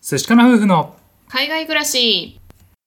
寿司かな夫婦の海外暮らし。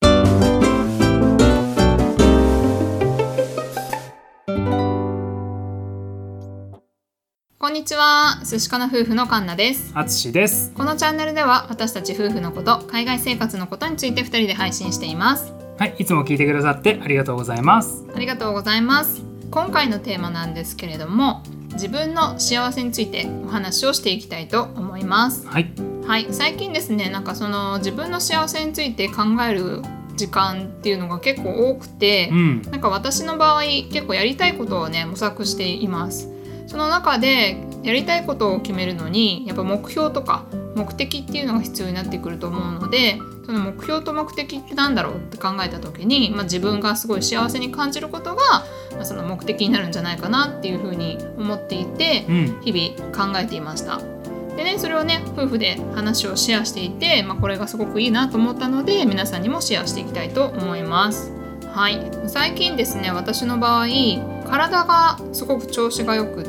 こんにちは、寿司かな夫婦のカンナです。 あつしです。 このチャンネルでは私たち夫婦のこと、海外生活のことについて2人で配信しています。 はい、いつも聞いてくださってありがとうございます。 ありがとうございます。今回のテーマなんですけれども、自分の幸せについてお話をしていきたいと思います。 はい、 最近ですね、その自分の幸せについて考える時間っていうのが結構多くて、私の場合結構やりたいことをね模索しています。その中でやりたいことを決めるのにやっぱ目標とか目的っていうのが必要になってくると思うので、その目標と目的ってなんだろうって考えた時に、自分がすごい幸せに感じることが、その目的になるんじゃないかなっていうふうに思っていて、日々考えていました。でね、それをね夫婦で話をシェアしていて、これがすごくいいなと思ったので皆さんにもシェアしていきたいと思います。最近ですね、私の場合体がすごく調子がよくって、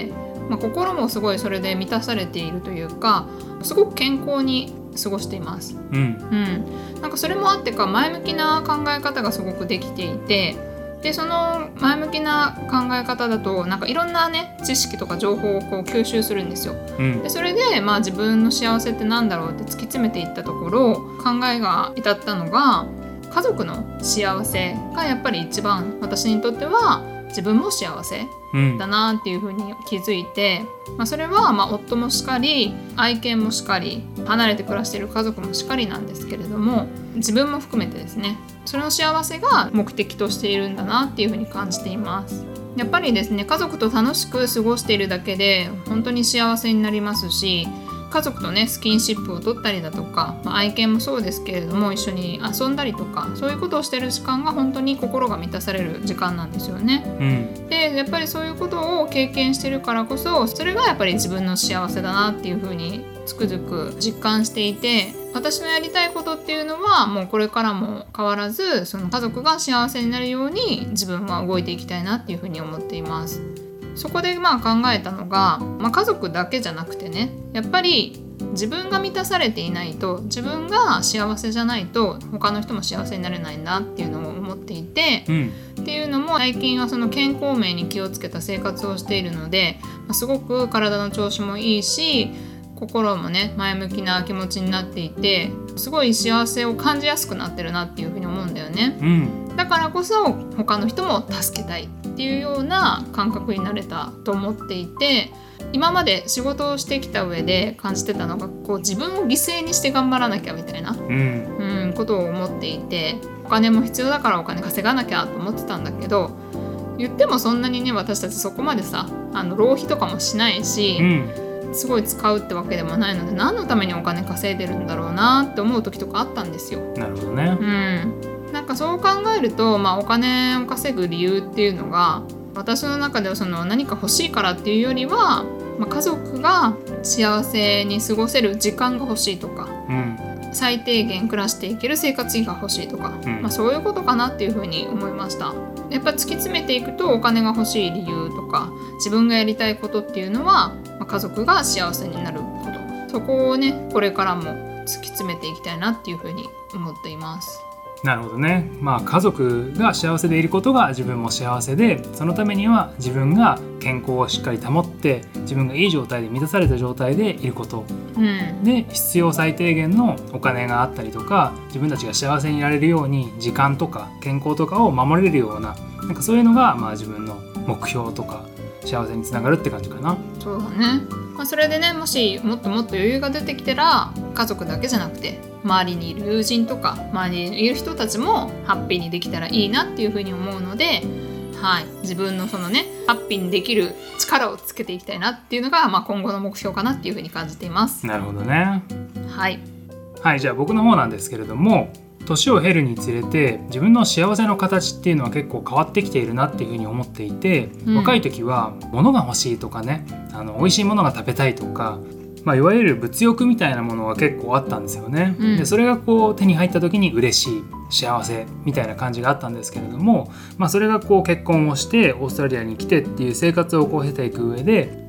心もすごいそれで満たされているというか、すごく健康に過ごしています。それもあってか前向きな考え方がすごくできていて、でその前向きな考え方だといろんなね知識とか情報をこう吸収するんですよ。でそれで自分の幸せってなんだろうって突き詰めていったところ、考えが至ったのが家族の幸せがやっぱり一番私にとっては自分も幸せだなっていうふうに気づいて、それは夫もしかり愛犬もしかり離れて暮らしている家族もしかりなんですけれども、自分も含めてですね、その幸せが目的としているんだなっていうふうに感じています。やっぱりですね、家族と楽しく過ごしているだけで本当に幸せになりますし、家族とねスキンシップを取ったりだとか、愛犬もそうですけれども一緒に遊んだりとか、そういうことをしている時間が本当に心が満たされる時間なんですよね。でやっぱりそういうことを経験してるからこそ、それがやっぱり自分の幸せだなっていうふうにつくづく実感していて、私のやりたいことっていうのはもうこれからも変わらず、その家族が幸せになるように自分は動いていきたいなっていうふうに思っています。そこで考えたのが、家族だけじゃなくてね、やっぱり自分が満たされていないと、自分が幸せじゃないと他の人も幸せになれないなっていうのを思っていて、っていうのも最近はその健康面に気をつけた生活をしているので、すごく体の調子もいいし心もね前向きな気持ちになっていて、すごい幸せを感じやすくなってるなっていうふうに思うんだよね。だからこそ他の人も助けたいっていうような感覚になれたと思っていて、今まで仕事をしてきた上で感じてたのが、自分を犠牲にして頑張らなきゃみたいな、ことを思っていて、お金も必要だからお金稼がなきゃと思ってたんだけど、言ってもそんなにね私たちそこまでさ浪費とかもしないし、すごい使うってわけでもないので、何のためにお金稼いでるんだろうなって思う時とかあったんですよ。 なるほどね。 そう考えると、お金を稼ぐ理由っていうのが、私の中ではその何か欲しいからっていうよりは、家族が幸せに過ごせる時間が欲しいとか、最低限暮らしていける生活費が欲しいとか、そういうことかなっていうふうに思いました。やっぱ突き詰めていくと、お金が欲しい理由とか自分がやりたいことっていうのは、家族が幸せになること、そこをねこれからも突き詰めていきたいなっていうふうに思っています。 なるほどね。家族が幸せでいることが自分も幸せで、そのためには自分が健康をしっかり保って、自分がいい状態で満たされた状態でいること、で必要最低限のお金があったりとか、自分たちが幸せにいられるように時間とか健康とかを守れるような、そういうのが自分の目標とか幸せにつながるって感じかな。 そうだね。それでね、もしもっともっと余裕が出てきたら、家族だけじゃなくて周りにいる友人とか周りにいる人たちもハッピーにできたらいいなっていうふうに思うので、自分のそのねハッピーにできる力をつけていきたいなっていうのが、今後の目標かなっていうふうに感じています。 なるほどね。じゃあ僕の方なんですけれども、年を経るにつれて自分の幸せの形っていうのは結構変わってきているなっていうふうに思っていて、若い時は物が欲しいとかね、美味しいものが食べたいとか、いわゆる物欲みたいなものが結構あったんですよね。でそれが手に入った時に嬉しい、幸せみたいな感じがあったんですけれども、それが結婚をしてオーストラリアに来てっていう生活を経ていく上で、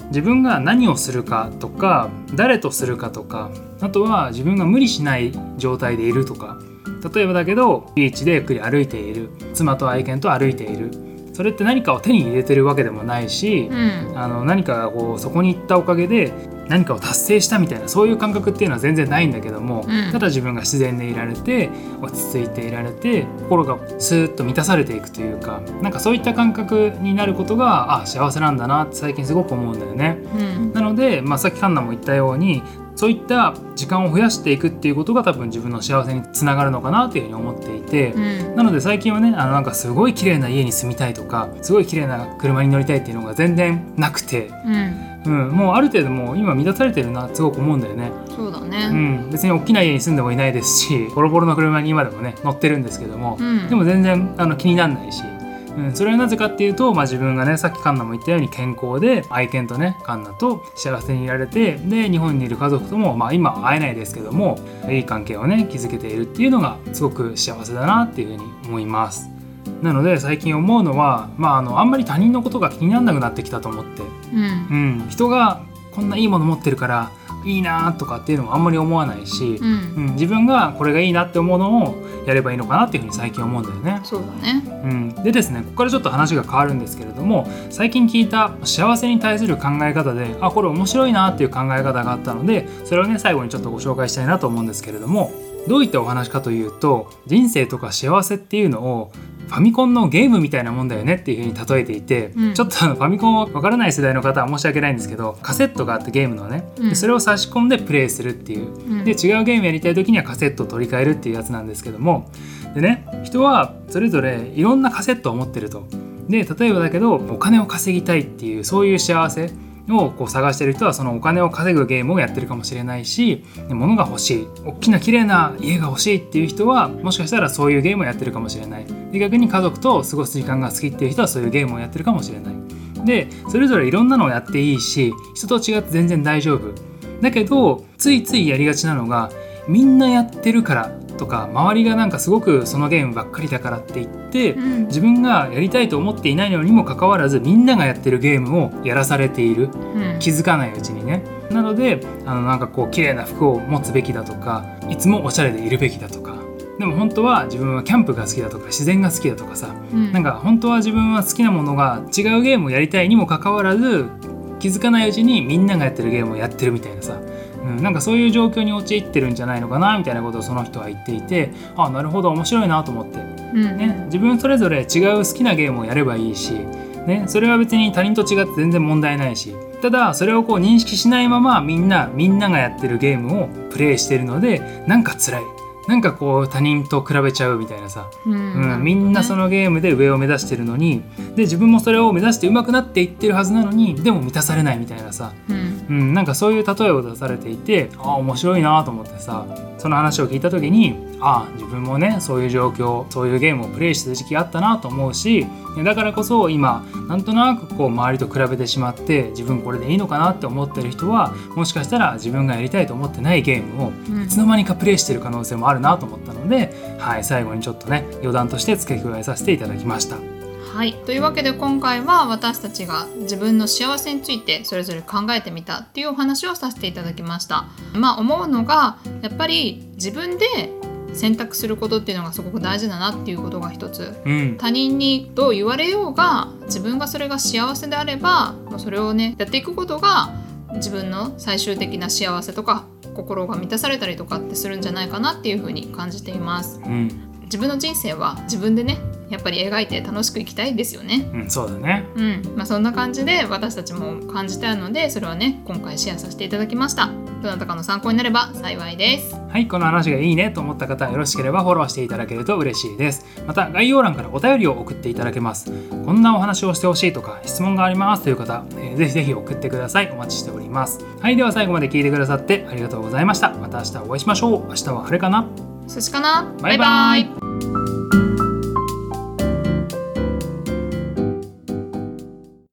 自分が何をするかとか誰とするかとか、あとは自分が無理しない状態でいるとか、例えばだけどビーチでゆっくり歩いている、妻と愛犬と歩いている、それって何かを手に入れてるわけでもないし、何かがこうそこに行ったおかげで何かを達成したみたいな、そういう感覚っていうのは全然ないんだけども、ただ自分が自然でいられて落ち着いていられて心がスーッと満たされていくというか、なんかそういった感覚になることが幸せなんだなって最近すごく思うんだよね。なので、さっきカンナも言ったようにそういった時間を増やしていくっていうことが多分自分の幸せにつながるのかなというふうに思っていて、なので最近はねなんかすごい綺麗な家に住みたいとかすごい綺麗な車に乗りたいっていうのが全然なくて、もうある程度もう今満たされてるなってすごく思うんだよね。 そうだね、 別に大きな家に住んでもいないですし、ボロボロの車に今でもね乗ってるんですけども、でも全然気にならないし、それはなぜかっていうと、自分がねさっきカンナも言ったように健康で愛犬とねカンナと幸せにいられて、で日本にいる家族とも、今は会えないですけどもいい関係をね築けているっていうのがすごく幸せだなっていうふうに思います。なので最近思うのは、あんまり他人のことが気にならなくなってきたと思って、人がこんないいもの持ってるからいいなとかっていうのもあんまり思わないし、自分がこれがいいなって思うのをやればいいのかなっていうふうに最近思うんだよね。 そうだね、 でですね、ここからちょっと話が変わるんですけれども、最近聞いた幸せに対する考え方でこれ面白いなっていう考え方があったので、それをね最後にちょっとご紹介したいなと思うんですけれども、どういったお話かというと、人生とか幸せっていうのをファミコンのゲームみたいなもんだよねっていう風に例えていて、ちょっとファミコンを分からない世代の方は申し訳ないんですけど、カセットがあってゲームのね、でそれを差し込んでプレイするっていう、で違うゲームやりたい時にはカセットを取り替えるっていうやつなんですけども、でね、人はそれぞれいろんなカセットを持ってると。で例えばだけどお金を稼ぎたいっていうそういう幸せをこう探してる人はそのお金を稼ぐゲームをやってるかもしれないし、物が欲しい、大きな綺麗な家が欲しいっていう人はもしかしたらそういうゲームをやってるかもしれない。で逆に家族と過ごす時間が好きっていう人はそういうゲームをやってるかもしれない。でそれぞれいろんなのをやっていいし、人と違って全然大丈夫だけど、ついついやりがちなのがみんなやってるからとか、周りがなんかすごくそのゲームばっかりだからって言って、自分がやりたいと思っていないのにもかかわらずみんながやってるゲームをやらされている、気づかないうちにね。なのでなんかこう綺麗な服を持つべきだとか、いつもおしゃれでいるべきだとか、でも本当は自分はキャンプが好きだとか自然が好きだとかさ、なんか本当は自分は好きなものが違うゲームをやりたいにもかかわらず、気づかないうちにみんながやってるゲームをやってるみたいなさ、なんかそういう状況に陥ってるんじゃないのかなみたいなことをその人は言っていて、なるほど面白いなと思って、自分それぞれ違う好きなゲームをやればいいし、それは別に他人と違って全然問題ないし、ただそれをこう認識しないままみんながやってるゲームをプレイしてるので、なんか辛い、なんかこう他人と比べちゃうみたいなさ、みんなそのゲームで上を目指してるのに、で自分もそれを目指して上手くなっていってるはずなのに、でも満たされないみたいなさ、なんかそういう例えを出されていて、面白いなと思ってさ、その話を聞いた時に自分もねそういう状況、そういうゲームをプレイしてる時期があったなと思うし、だからこそ今なんとなくこう周りと比べてしまって自分これでいいのかなって思ってる人は、もしかしたら自分がやりたいと思ってないゲームをいつの間にかプレイしてる可能性もあるなと思ったので、最後にちょっとね余談として付け加えさせていただきました。 はい、というわけで今回は私たちが自分の幸せについてそれぞれ考えてみたっていうお話をさせていただきました。思うのがやっぱり自分で選択することっていうのがすごく大事だなっていうことが一つ、他人にどう言われようが自分がそれが幸せであれば、それをねやっていくことが自分の最終的な幸せとか心が満たされたりとかってするんじゃないかなっていうふうに感じています。自分の人生は自分でねやっぱり描いて楽しく生きたいですよね。 そうだね。 そんな感じで私たちも感じたので、それはね今回シェアさせていただきました。どなたかの参考になれば幸いです。 はい、この話がいいねと思った方はよろしければフォローしていただけると嬉しいです。また概要欄からお便りを送っていただけます。こんなお話をしてほしいとか質問がありますという方、ぜひぜひ送ってください。お待ちしております。はい、では最後まで聞いてくださってありがとうございました。また明日お会いしましょう。明日は晴れかな？ 寿司かな？ バイバイ。